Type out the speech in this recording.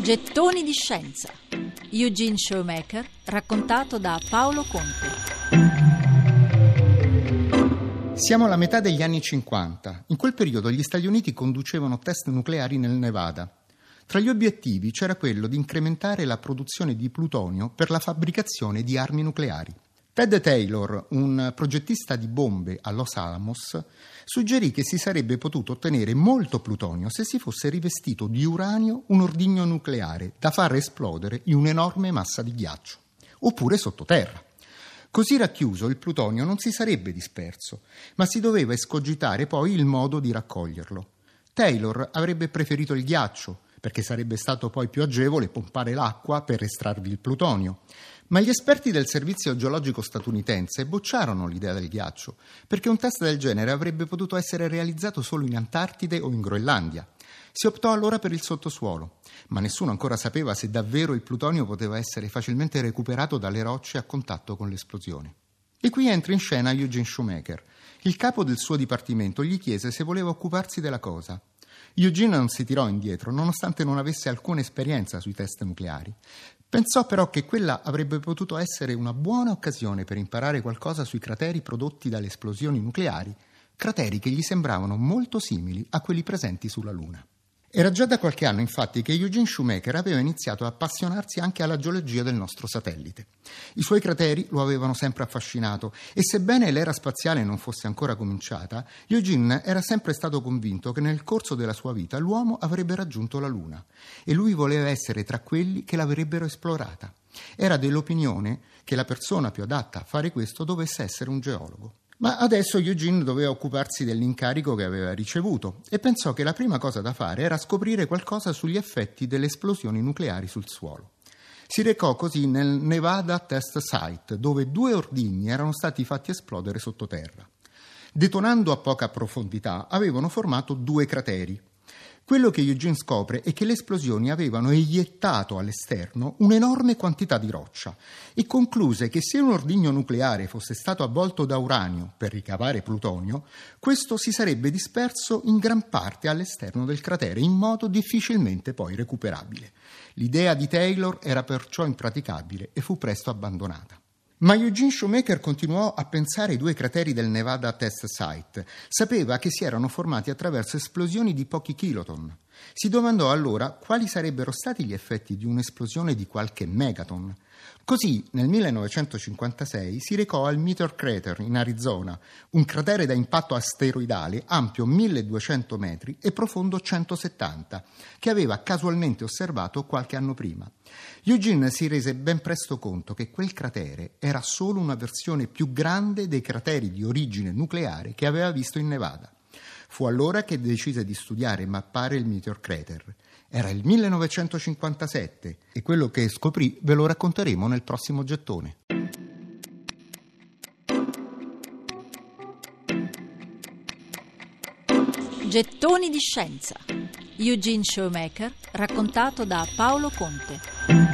Gettoni di scienza. Eugene Shoemaker, raccontato da Paolo Conte. Siamo alla metà degli anni 50. In quel periodo gli Stati Uniti conducevano test nucleari nel Nevada. Tra gli obiettivi c'era quello di incrementare la produzione di plutonio per la fabbricazione di armi nucleari. Ted Taylor, un progettista di bombe a Los Alamos, suggerì che si sarebbe potuto ottenere molto plutonio se si fosse rivestito di uranio un ordigno nucleare da far esplodere in un'enorme massa di ghiaccio, oppure sottoterra. Così racchiuso il plutonio non si sarebbe disperso, ma si doveva escogitare poi il modo di raccoglierlo. Taylor avrebbe preferito il ghiaccio, perché sarebbe stato poi più agevole pompare l'acqua per estrarvi il plutonio. Ma gli esperti del servizio geologico statunitense bocciarono l'idea del ghiaccio, perché un test del genere avrebbe potuto essere realizzato solo in Antartide o in Groenlandia. Si optò allora per il sottosuolo, ma nessuno ancora sapeva se davvero il plutonio poteva essere facilmente recuperato dalle rocce a contatto con l'esplosione. E qui entra in scena Eugene Shoemaker. Il capo del suo dipartimento gli chiese se voleva occuparsi della cosa. Eugene non si tirò indietro, nonostante non avesse alcuna esperienza sui test nucleari. Pensò però che quella avrebbe potuto essere una buona occasione per imparare qualcosa sui crateri prodotti dalle esplosioni nucleari, crateri che gli sembravano molto simili a quelli presenti sulla Luna. Era già da qualche anno, infatti, che Eugene Shoemaker aveva iniziato a appassionarsi anche alla geologia del nostro satellite. I suoi crateri lo avevano sempre affascinato e sebbene l'era spaziale non fosse ancora cominciata, Eugene era sempre stato convinto che nel corso della sua vita l'uomo avrebbe raggiunto la Luna e lui voleva essere tra quelli che l'avrebbero esplorata. Era dell'opinione che la persona più adatta a fare questo dovesse essere un geologo. Ma adesso Eugene doveva occuparsi dell'incarico che aveva ricevuto e pensò che la prima cosa da fare era scoprire qualcosa sugli effetti delle esplosioni nucleari sul suolo. Si recò così nel Nevada Test Site, dove 2 ordigni erano stati fatti esplodere sottoterra. Detonando a poca profondità, avevano formato 2 crateri. Quello che Eugene scopre è che le esplosioni avevano eiettato all'esterno un'enorme quantità di roccia e concluse che se un ordigno nucleare fosse stato avvolto da uranio per ricavare plutonio, questo si sarebbe disperso in gran parte all'esterno del cratere in modo difficilmente poi recuperabile. L'idea di Taylor era perciò impraticabile e fu presto abbandonata. Ma Eugene Shoemaker continuò a pensare ai 2 crateri del Nevada Test Site. Sapeva che si erano formati attraverso esplosioni di pochi kiloton. Si domandò allora quali sarebbero stati gli effetti di un'esplosione di qualche megaton. Così, nel 1956, si recò al Meteor Crater in Arizona, un cratere da impatto asteroidale ampio 1200 metri e profondo 170, che aveva casualmente osservato qualche anno prima. Eugene si rese ben presto conto che quel cratere era solo una versione più grande dei crateri di origine nucleare che aveva visto in Nevada. Fu allora che decise di studiare e mappare il Meteor Crater. Era il 1957 e quello che scoprì ve lo racconteremo nel prossimo gettone. Gettoni di scienza. Eugene Shoemaker, raccontato da Paolo Conte.